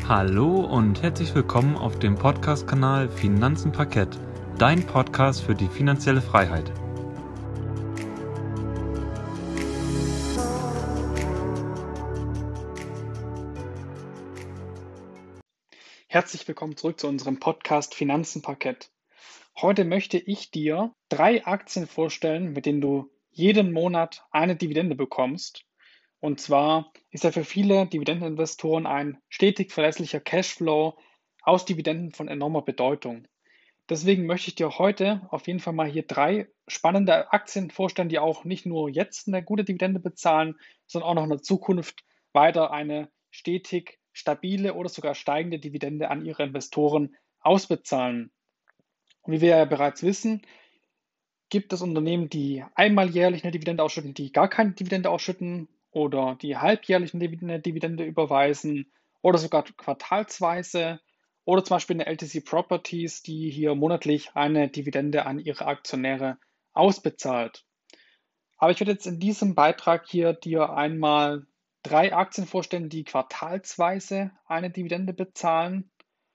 Hallo und herzlich willkommen auf dem Podcast-Kanal Finanzen Parkett, dein Podcast für die finanzielle Freiheit. Herzlich willkommen zurück zu unserem Podcast Finanzen Parkett. Heute möchte ich dir 3 Aktien vorstellen, mit denen du jeden Monat eine Dividende bekommst. Und zwar ist ja für viele Dividendeninvestoren ein stetig verlässlicher Cashflow aus Dividenden von enormer Bedeutung. Deswegen möchte ich dir heute auf jeden Fall mal hier 3 spannende Aktien vorstellen, die auch nicht nur jetzt eine gute Dividende bezahlen, sondern auch noch in der Zukunft weiter eine stetig stabile oder sogar steigende Dividende an ihre Investoren ausbezahlen. Und wie wir ja bereits wissen, gibt es Unternehmen, die einmal jährlich eine Dividende ausschütten, die gar keine Dividende ausschütten oder die halbjährlich eine Dividende überweisen oder sogar quartalsweise oder zum Beispiel eine LTC Properties, die hier monatlich eine Dividende an ihre Aktionäre ausbezahlt. Aber ich werde jetzt in diesem Beitrag hier dir einmal 3 Aktien vorstellen, die quartalsweise eine Dividende bezahlen.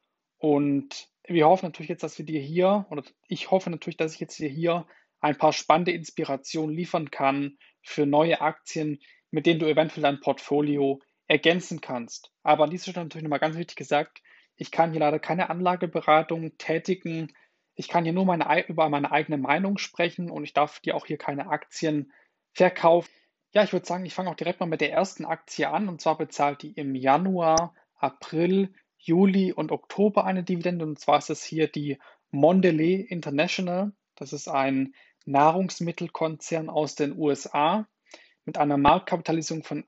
Und wir hoffen natürlich jetzt, dass wir dir hier, oder ich hoffe natürlich, dass ich jetzt dir hier ein paar spannende Inspirationen liefern kann für neue Aktien, mit denen du eventuell dein Portfolio ergänzen kannst. Aber an dieser Stelle natürlich nochmal ganz wichtig gesagt, ich kann hier leider keine Anlageberatung tätigen. Ich kann hier nur über meine eigene Meinung sprechen und ich darf dir auch hier keine Aktien verkaufen. Ja, ich würde sagen, ich fange auch direkt mal mit der ersten Aktie an, und zwar bezahlt die im Januar, April, Juli und Oktober eine Dividende, und zwar ist es hier die Mondelez International. Das ist ein Nahrungsmittelkonzern aus den USA mit einer Marktkapitalisierung von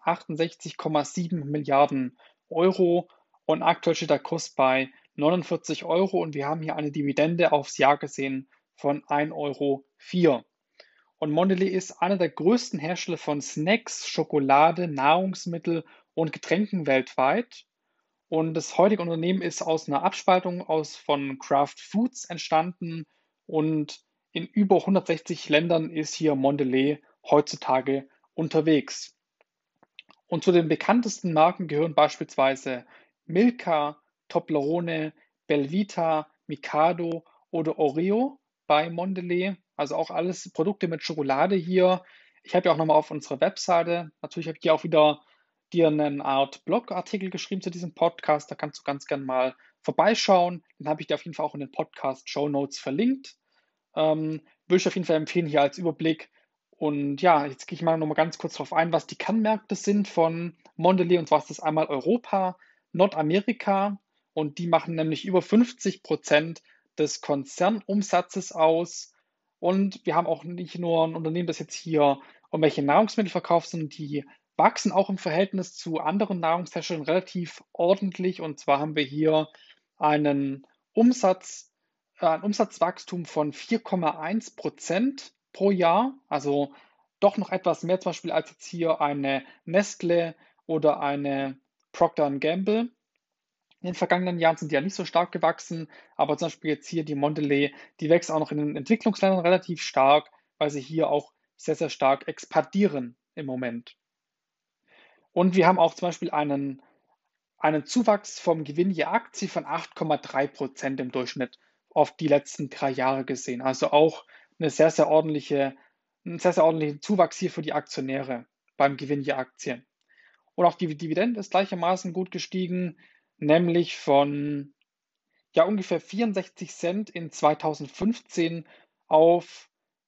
68,7 Milliarden Euro, und aktuell steht der Kurs bei 49 Euro und wir haben hier eine Dividende aufs Jahr gesehen von 1,04 Euro. Und Mondelez ist einer der größten Hersteller von Snacks, Schokolade, Nahrungsmittel und Getränken weltweit. Und das heutige Unternehmen ist aus einer Abspaltung von Kraft Foods entstanden, und in über 160 Ländern ist hier Mondelez heutzutage unterwegs. Und zu den bekanntesten Marken gehören beispielsweise Milka, Toblerone, Belvita, Mikado oder Oreo bei Mondelez. Also auch alles Produkte mit Schokolade hier. Ich habe ja auch nochmal auf unserer Webseite, natürlich habe ich hier auch wieder dir eine Art Blogartikel geschrieben zu diesem Podcast. Da kannst du ganz gerne mal vorbeischauen. Den habe ich dir auf jeden Fall auch in den Podcast-Show Notes verlinkt. Würde ich auf jeden Fall empfehlen, hier als Überblick. Und ja, jetzt gehe ich mal nochmal ganz kurz darauf ein, was die Kernmärkte sind von Mondelez. Und zwar ist das einmal Europa, Nordamerika, und die machen nämlich über 50% des Konzernumsatzes aus. Und wir haben auch nicht nur ein Unternehmen, das jetzt hier irgendwelche Nahrungsmittel verkauft, sondern die wachsen auch im Verhältnis zu anderen Nahrungsherstellern relativ ordentlich. Und zwar haben wir hier einen ein Umsatzwachstum von 4,1% pro Jahr, also doch noch etwas mehr zum Beispiel als jetzt hier eine Nestle oder eine Procter Gamble. In den vergangenen Jahren sind die ja nicht so stark gewachsen, aber zum Beispiel jetzt hier die Mondelez, die wächst auch noch in den Entwicklungsländern relativ stark, weil sie hier auch sehr, sehr stark expandieren im Moment. Und wir haben auch zum Beispiel einen Zuwachs vom Gewinn je Aktie von 8,3% im Durchschnitt auf die letzten 3 Jahre gesehen. Also auch einen sehr, sehr ordentlichen Zuwachs hier für die Aktionäre beim Gewinn je Aktie. Und auch die Dividende ist gleichermaßen gut gestiegen, nämlich von ja ungefähr 64 Cent in 2015 auf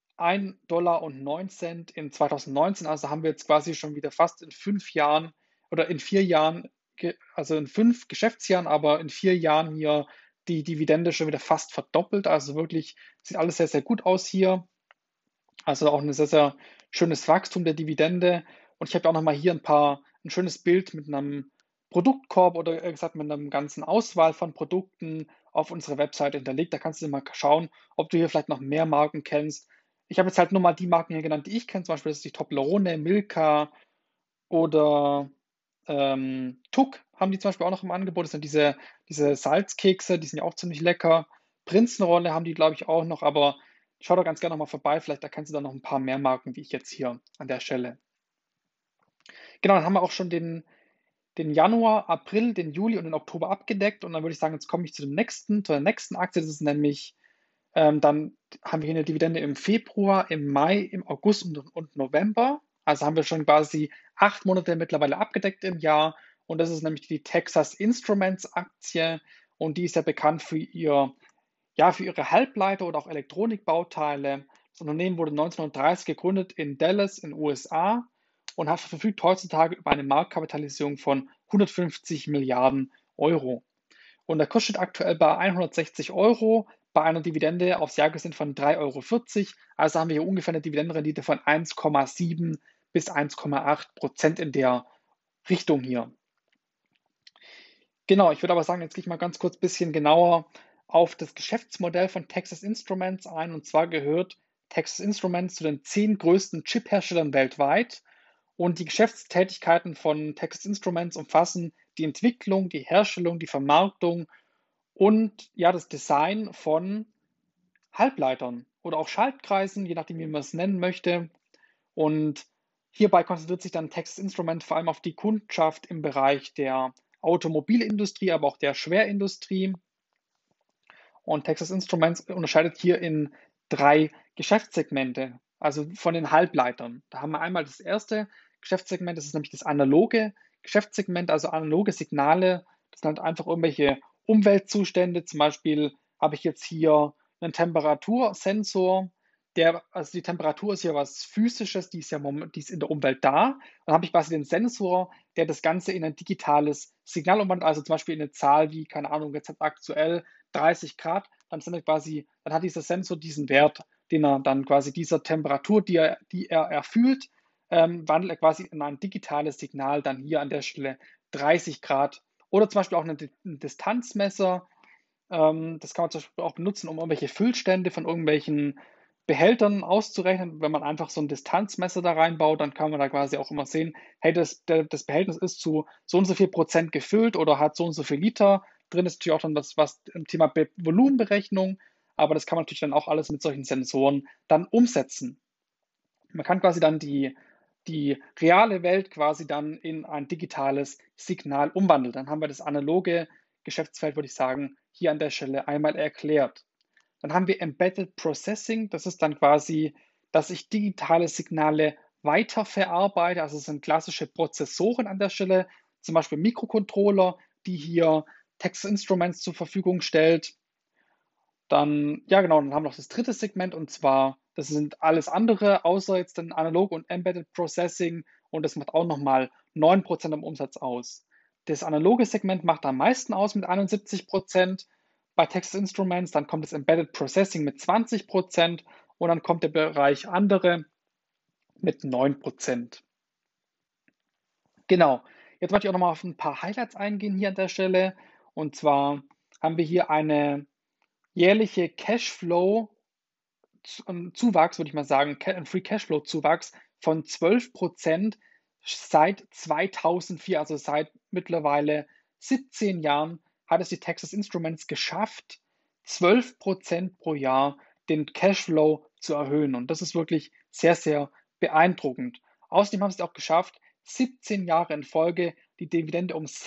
1,09 $ in 2019. Also haben wir jetzt quasi schon wieder fast in 5 Jahren oder in 4 Jahren, also in 5 Geschäftsjahren, aber in 4 Jahren hier die Dividende schon wieder fast verdoppelt. Also wirklich sieht alles sehr, sehr gut aus hier. Also auch ein sehr, sehr schönes Wachstum der Dividende. Und ich habe auch nochmal hier ein schönes Bild mit einem Produktkorb oder gesagt mit einer ganzen Auswahl von Produkten auf unserer Webseite hinterlegt. Da kannst du mal schauen, ob du hier vielleicht noch mehr Marken kennst. Ich habe jetzt halt nur mal die Marken hier genannt, die ich kenne. Zum Beispiel das ist die Toblerone, Milka oder Tuck haben die zum Beispiel auch noch im Angebot. Das sind diese Salzkekse, die sind ja auch ziemlich lecker. Prinzenrolle haben die, glaube ich, auch noch, aber schau doch ganz gerne noch mal vorbei. Vielleicht erkennst du da noch ein paar mehr Marken, wie ich jetzt hier an der Stelle. Genau, dann haben wir auch schon den Januar, April, den Juli und den Oktober abgedeckt. Und dann würde ich sagen, jetzt komme ich zu der nächsten Aktie. Das ist nämlich, dann haben wir hier eine Dividende im Februar, im Mai, im August und November. Also haben wir schon quasi 8 Monate mittlerweile abgedeckt im Jahr. Und das ist nämlich die Texas Instruments Aktie. Und die ist ja bekannt für ihre Halbleiter oder auch Elektronikbauteile. Das Unternehmen wurde 1930 gegründet in Dallas in den USA und verfügt heutzutage über eine Marktkapitalisierung von 150 Milliarden Euro. Und der Kurs steht aktuell bei 160 Euro, bei einer Dividende aufs Jahr gesehen von 3,40 Euro. Also haben wir hier ungefähr eine Dividendenrendite von 1,7 bis 1,8% in der Richtung hier. Genau, ich würde aber sagen, jetzt gehe ich mal ganz kurz ein bisschen genauer auf das Geschäftsmodell von Texas Instruments ein. Und zwar gehört Texas Instruments zu den 10 größten Chip-Herstellern weltweit. Und die Geschäftstätigkeiten von Texas Instruments umfassen die Entwicklung, die Herstellung, die Vermarktung und ja, das Design von Halbleitern oder auch Schaltkreisen, je nachdem, wie man es nennen möchte. Und hierbei konzentriert sich dann Texas Instruments vor allem auf die Kundschaft im Bereich der Automobilindustrie, aber auch der Schwerindustrie. Und Texas Instruments unterscheidet hier in 3 Geschäftssegmente, also von den Halbleitern. Da haben wir einmal das erste Geschäftssegment, das ist nämlich das analoge Geschäftssegment, also analoge Signale. Das sind halt einfach irgendwelche Umweltzustände. Zum Beispiel habe ich jetzt hier einen Temperatursensor, also die Temperatur ist ja was Physisches, die ist in der Umwelt da. Dann habe ich quasi den Sensor, der das Ganze in ein digitales Signal umwandelt, also zum Beispiel in eine Zahl wie, keine Ahnung, jetzt hat aktuell 30 Grad, dann hat dieser Sensor diesen Wert, den er dann quasi dieser Temperatur, die er erfüllt, wandelt er quasi in ein digitales Signal, dann hier an der Stelle 30 Grad. Oder zum Beispiel auch ein Distanzmesser. Das kann man zum Beispiel auch benutzen, um irgendwelche Füllstände von irgendwelchen Behältern auszurechnen. Wenn man einfach so ein Distanzmesser da reinbaut, dann kann man da quasi auch immer sehen, hey, das Behältnis ist zu so und so viel Prozent gefüllt oder hat so und so viel Liter drin. Ist natürlich auch dann was im Thema Volumenberechnung, aber das kann man natürlich dann auch alles mit solchen Sensoren dann umsetzen. Man kann quasi dann die reale Welt quasi dann in ein digitales Signal umwandeln. Dann haben wir das analoge Geschäftsfeld, würde ich sagen, hier an der Stelle einmal erklärt. Dann haben wir Embedded Processing. Das ist dann quasi, dass ich digitale Signale weiterverarbeite. Also es sind klassische Prozessoren an der Stelle, zum Beispiel Mikrocontroller, die hier Texas Instruments zur Verfügung stellt. Dann, ja genau, dann haben wir noch das dritte Segment und zwar, das sind alles andere, außer jetzt dann Analog und Embedded Processing und das macht auch nochmal 9% am Umsatz aus. Das analoge Segment macht am meisten aus mit 71% bei Texas Instruments, dann kommt das Embedded Processing mit 20% und dann kommt der Bereich andere mit 9%. Genau, jetzt möchte ich auch nochmal auf ein paar Highlights eingehen hier an der Stelle und zwar haben wir hier eine jährliche Cashflow-Zuwachs, würde ich mal sagen, Free Cashflow-Zuwachs von 12% seit 2004, also seit mittlerweile 17 Jahren, hat es die Texas Instruments geschafft, 12% pro Jahr den Cashflow zu erhöhen. Und das ist wirklich sehr, sehr beeindruckend. Außerdem haben sie es auch geschafft, 17 Jahre in Folge die Dividende um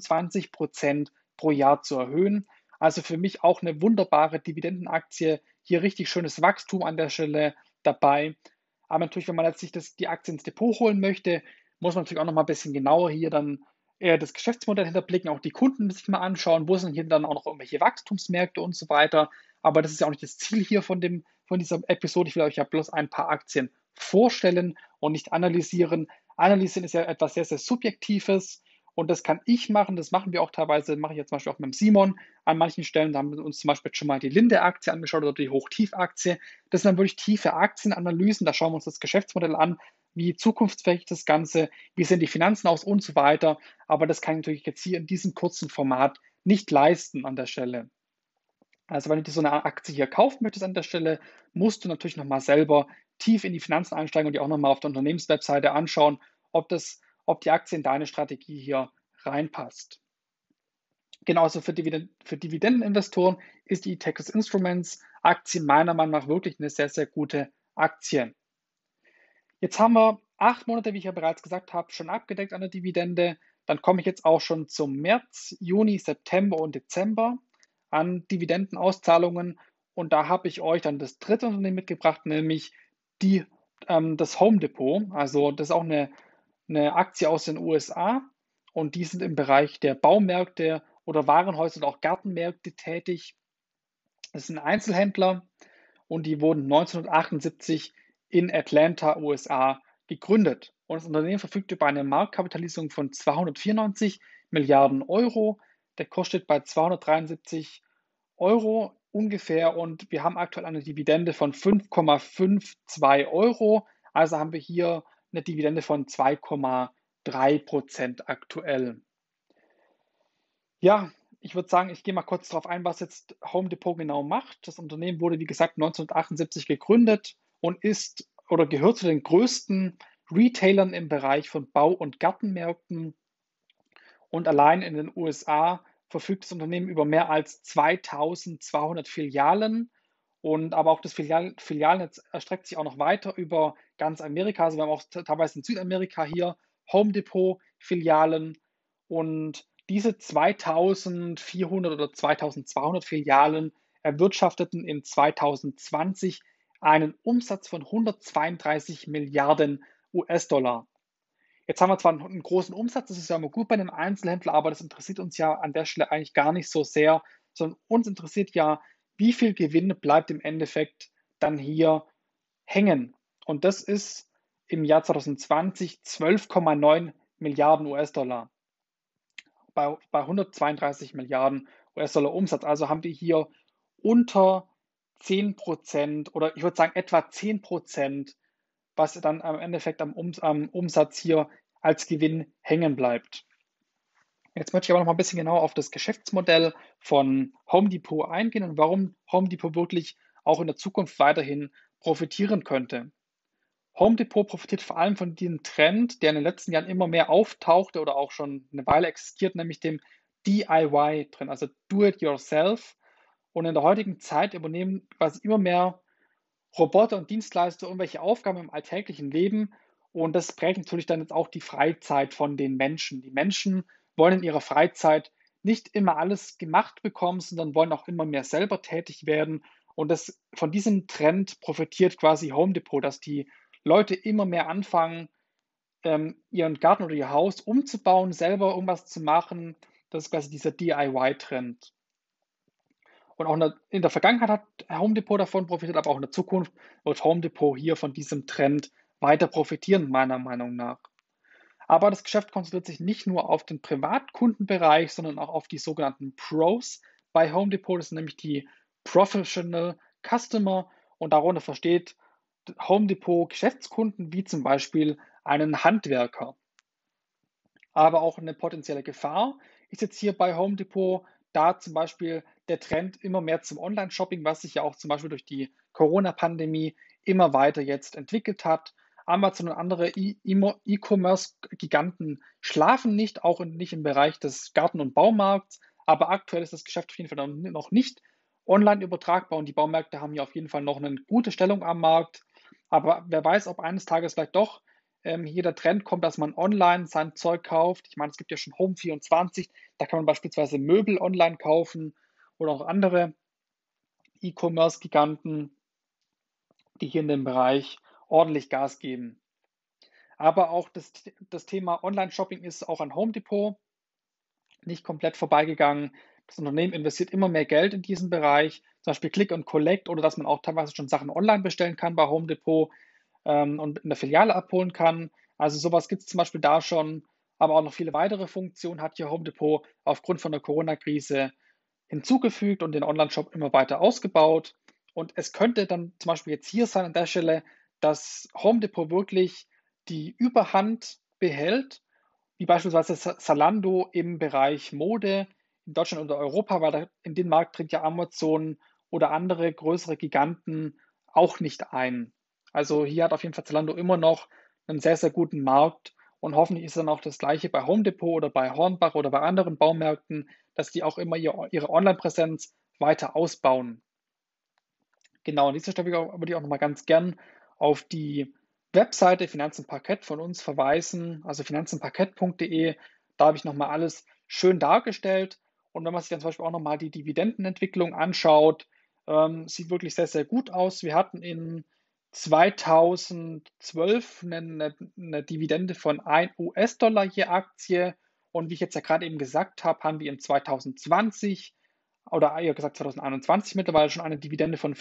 26% pro Jahr zu erhöhen. Also für mich auch eine wunderbare Dividendenaktie. Hier richtig schönes Wachstum an der Stelle dabei. Aber natürlich, wenn man jetzt sich die Aktie ins Depot holen möchte, muss man natürlich auch noch mal ein bisschen genauer hier dann das Geschäftsmodell hinterblicken, auch die Kunden sich mal anschauen, wo sind hier dann auch noch irgendwelche Wachstumsmärkte und so weiter. Aber das ist ja auch nicht das Ziel hier von dieser Episode. Ich will euch ja bloß ein paar Aktien vorstellen und nicht analysieren. Analysieren ist ja etwas sehr, sehr Subjektives. Und das kann ich machen, das machen wir auch teilweise, mache ich jetzt zum Beispiel auch mit dem Simon an manchen Stellen. Da haben wir uns zum Beispiel schon mal die Linde-Aktie angeschaut oder die Hoch-Tief-Aktie. Das sind dann wirklich tiefe Aktienanalysen. Da schauen wir uns das Geschäftsmodell an, wie zukunftsfähig das Ganze, wie sehen die Finanzen aus und so weiter. Aber das kann ich natürlich jetzt hier in diesem kurzen Format nicht leisten an der Stelle. Also wenn du dir so eine Aktie hier kaufen möchtest an der Stelle, musst du natürlich nochmal selber tief in die Finanzen einsteigen und dir auch nochmal auf der Unternehmenswebseite anschauen, ob die Aktie in deine Strategie hier reinpasst. Genauso für Dividendeninvestoren ist die Texas Instruments Aktie meiner Meinung nach wirklich eine sehr, sehr gute Aktie. Jetzt haben wir 8 Monate, wie ich ja bereits gesagt habe, schon abgedeckt an der Dividende. Dann komme ich jetzt auch schon zum März, Juni, September und Dezember an Dividendenauszahlungen. Und da habe ich euch dann das dritte Unternehmen mitgebracht, nämlich das Home Depot. Also das ist auch eine Aktie aus den USA und die sind im Bereich der Baumärkte oder Warenhäuser oder auch Gartenmärkte tätig. Das sind Einzelhändler und die wurden 1978 in Atlanta, USA gegründet. Und das Unternehmen verfügt über eine Marktkapitalisierung von 294 Milliarden Euro. Der Kurs steht bei 273 Euro ungefähr und wir haben aktuell eine Dividende von 5,52 Euro. Also haben wir hier eine Dividende von 2,3% aktuell. Ja, ich würde sagen, ich gehe mal kurz darauf ein, was jetzt Home Depot genau macht. Das Unternehmen wurde, wie gesagt, 1978 gegründet und ist oder gehört zu den größten Retailern im Bereich von Bau- und Gartenmärkten. Und allein in den USA verfügt das Unternehmen über mehr als 2200 Filialen. Und aber auch das Filialnetz erstreckt sich auch noch weiter über ganz Amerika. Also wir haben auch teilweise in Südamerika hier Home Depot Filialen. Und diese 2400 oder 2200 Filialen erwirtschafteten in 2020 einen Umsatz von 132 Milliarden US-Dollar. Jetzt haben wir zwar einen großen Umsatz, das ist ja immer gut bei einem Einzelhändler, aber das interessiert uns ja an der Stelle eigentlich gar nicht so sehr, sondern uns interessiert ja, wie viel Gewinn bleibt im Endeffekt dann hier hängen. Und das ist im Jahr 2020 12,9 Milliarden US-Dollar bei 132 Milliarden US-Dollar Umsatz. Also haben wir hier unter 10% oder ich würde sagen etwa 10%, was dann am Endeffekt am Umsatz hier als Gewinn hängen bleibt. Jetzt möchte ich aber noch mal ein bisschen genauer auf das Geschäftsmodell von Home Depot eingehen und warum Home Depot wirklich auch in der Zukunft weiterhin profitieren könnte. Home Depot profitiert vor allem von diesem Trend, der in den letzten Jahren immer mehr auftauchte oder auch schon eine Weile existiert, nämlich dem DIY-Trend, also Do It Yourself. Und in der heutigen Zeit übernehmen quasi immer mehr Roboter und Dienstleister irgendwelche Aufgaben im alltäglichen Leben und das prägt natürlich dann jetzt auch die Freizeit von den Menschen. Die Menschen wollen in ihrer Freizeit nicht immer alles gemacht bekommen, sondern wollen auch immer mehr selber tätig werden. Und von diesem Trend profitiert quasi Home Depot, dass die Leute immer mehr anfangen, ihren Garten oder ihr Haus umzubauen, selber irgendwas zu machen. Das ist quasi dieser DIY-Trend. Und auch in der Vergangenheit hat Home Depot davon profitiert, aber auch in der Zukunft wird Home Depot hier von diesem Trend weiter profitieren, meiner Meinung nach. Aber das Geschäft konzentriert sich nicht nur auf den Privatkundenbereich, sondern auch auf die sogenannten Pros bei Home Depot. Das sind nämlich die Professional Customer und darunter versteht Home Depot Geschäftskunden wie zum Beispiel einen Handwerker. Aber auch eine potenzielle Gefahr ist jetzt hier bei Home Depot, da zum Beispiel der Trend immer mehr zum Online-Shopping, was sich ja auch zum Beispiel durch die Corona-Pandemie immer weiter jetzt entwickelt hat. Amazon und andere E-Commerce-Giganten schlafen nicht, auch nicht im Bereich des Garten- und Baumarkts, aber aktuell ist das Geschäft auf jeden Fall noch nicht online übertragbar und die Baumärkte haben ja auf jeden Fall noch eine gute Stellung am Markt. Aber wer weiß, ob eines Tages vielleicht doch hier der Trend kommt, dass man online sein Zeug kauft. Ich meine, es gibt ja schon Home24, da kann man beispielsweise Möbel online kaufen oder auch andere E-Commerce-Giganten, die hier in dem Bereich ordentlich Gas geben. Aber auch das Thema Online-Shopping ist auch an Home Depot nicht komplett vorbeigegangen. Das Unternehmen investiert immer mehr Geld in diesen Bereich, zum Beispiel Click and Collect oder dass man auch teilweise schon Sachen online bestellen kann bei Home Depot und in der Filiale abholen kann. Also sowas gibt es zum Beispiel da schon, aber auch noch viele weitere Funktionen hat hier Home Depot aufgrund von der Corona-Krise hinzugefügt und den Online-Shop immer weiter ausgebaut. Und es könnte dann zum Beispiel jetzt hier sein an der Stelle, dass Home Depot wirklich die Überhand behält, wie beispielsweise Zalando im Bereich Mode in Deutschland oder Europa, weil in den Markt dringt ja Amazon oder andere größere Giganten auch nicht ein. Also hier hat auf jeden Fall Zalando immer noch einen sehr, sehr guten Markt und hoffentlich ist dann auch das gleiche bei Home Depot oder bei Hornbach oder bei anderen Baumärkten, dass die auch immer ihre Online-Präsenz weiter ausbauen. Genau, an dieser Stelle würde ich auch nochmal ganz gern auf die Webseite Finanzen Parkett von uns verweisen, also finanzenparkett.de. Da habe ich nochmal alles schön dargestellt. Und wenn man sich dann zum Beispiel auch nochmal die Dividendenentwicklung anschaut, sieht wirklich sehr, sehr gut aus. Wir hatten in 2012 eine Dividende von 1 US-Dollar je Aktie. Und wie ich jetzt ja gerade eben gesagt habe, haben wir in 2020 oder eher gesagt 2021 mittlerweile schon eine Dividende von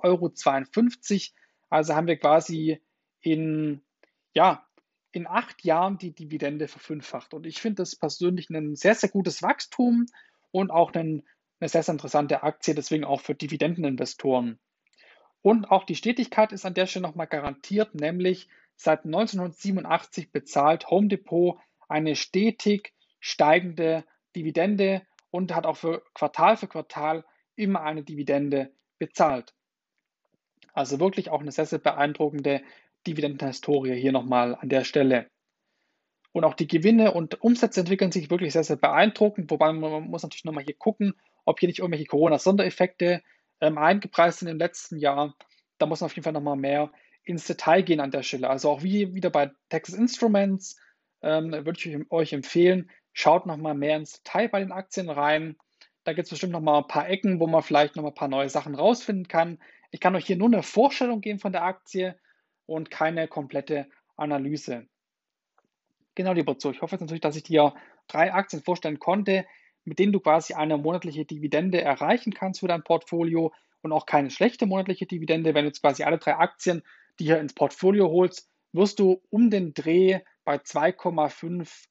5,52 Euro. Also haben wir quasi in, ja, in 8 Jahren die Dividende verfünffacht. Und ich finde das persönlich ein sehr, sehr gutes Wachstum und auch eine sehr, sehr interessante Aktie, deswegen auch für Dividendeninvestoren. Und auch die Stetigkeit ist an der Stelle nochmal garantiert, nämlich seit 1987 bezahlt Home Depot eine stetig steigende Dividende und hat auch für Quartal immer eine Dividende bezahlt. Also wirklich auch eine sehr, sehr beeindruckende Dividendenhistorie hier nochmal an der Stelle. Und auch die Gewinne und Umsätze entwickeln sich wirklich sehr, sehr beeindruckend, wobei man muss natürlich nochmal hier gucken, ob hier nicht irgendwelche Corona-Sondereffekte eingepreist sind im letzten Jahr. Da muss man auf jeden Fall nochmal mehr ins Detail gehen an der Stelle. Also auch wie wieder bei Texas Instruments würde ich euch empfehlen, schaut nochmal mehr ins Detail bei den Aktien rein. Da gibt es bestimmt nochmal ein paar Ecken, wo man vielleicht nochmal ein paar neue Sachen rausfinden kann. Ich kann euch hier nur eine Vorstellung geben von der Aktie und keine komplette Analyse. Genau, lieber Zo. Ich hoffe jetzt natürlich, dass ich dir 3 Aktien vorstellen konnte, mit denen du quasi eine monatliche Dividende erreichen kannst für dein Portfolio und auch keine schlechte monatliche Dividende. Wenn du jetzt quasi alle 3 Aktien, die hier ins Portfolio holst, wirst du um den Dreh bei 2,5,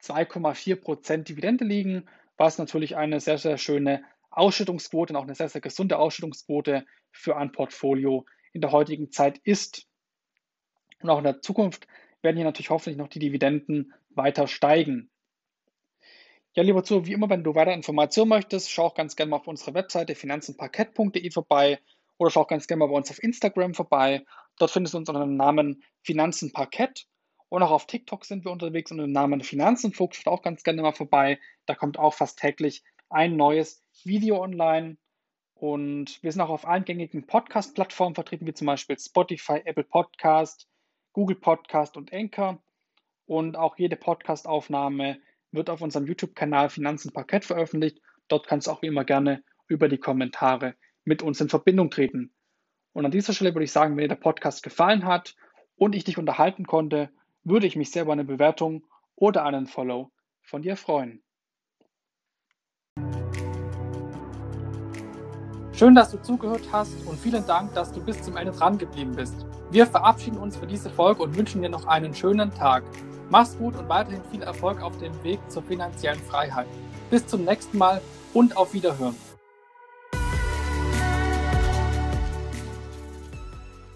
2,4% Dividende liegen, was natürlich eine sehr, sehr schöne Ausschüttungsquote und auch eine sehr, sehr gesunde Ausschüttungsquote für ein Portfolio in der heutigen Zeit ist. Und auch in der Zukunft werden hier natürlich hoffentlich noch die Dividenden weiter steigen. Ja, lieber Zuhörer, wie immer, wenn du weitere Informationen möchtest, schau auch ganz gerne mal auf unsere Webseite finanzenparkett.de vorbei oder schau auch ganz gerne mal bei uns auf Instagram vorbei. Dort findest du uns unter dem Namen Finanzenparkett und auch auf TikTok sind wir unterwegs unter dem Namen Finanzenfuchs. Schaut auch ganz gerne mal vorbei. Da kommt auch fast täglich ein neues Video online. Und wir sind auch auf allen gängigen Podcast-Plattformen vertreten, wie zum Beispiel Spotify, Apple Podcast, Google Podcast und Anchor. Und auch jede Podcast-Aufnahme wird auf unserem YouTube-Kanal Finanzenparkett veröffentlicht. Dort kannst du auch wie immer gerne über die Kommentare mit uns in Verbindung treten. Und an dieser Stelle würde ich sagen, wenn dir der Podcast gefallen hat und ich dich unterhalten konnte, würde ich mich sehr über eine Bewertung oder einen Follow von dir freuen. Schön, dass du zugehört hast und vielen Dank, dass du bis zum Ende dran geblieben bist. Wir verabschieden uns für diese Folge und wünschen dir noch einen schönen Tag. Mach's gut und weiterhin viel Erfolg auf dem Weg zur finanziellen Freiheit. Bis zum nächsten Mal und auf Wiederhören.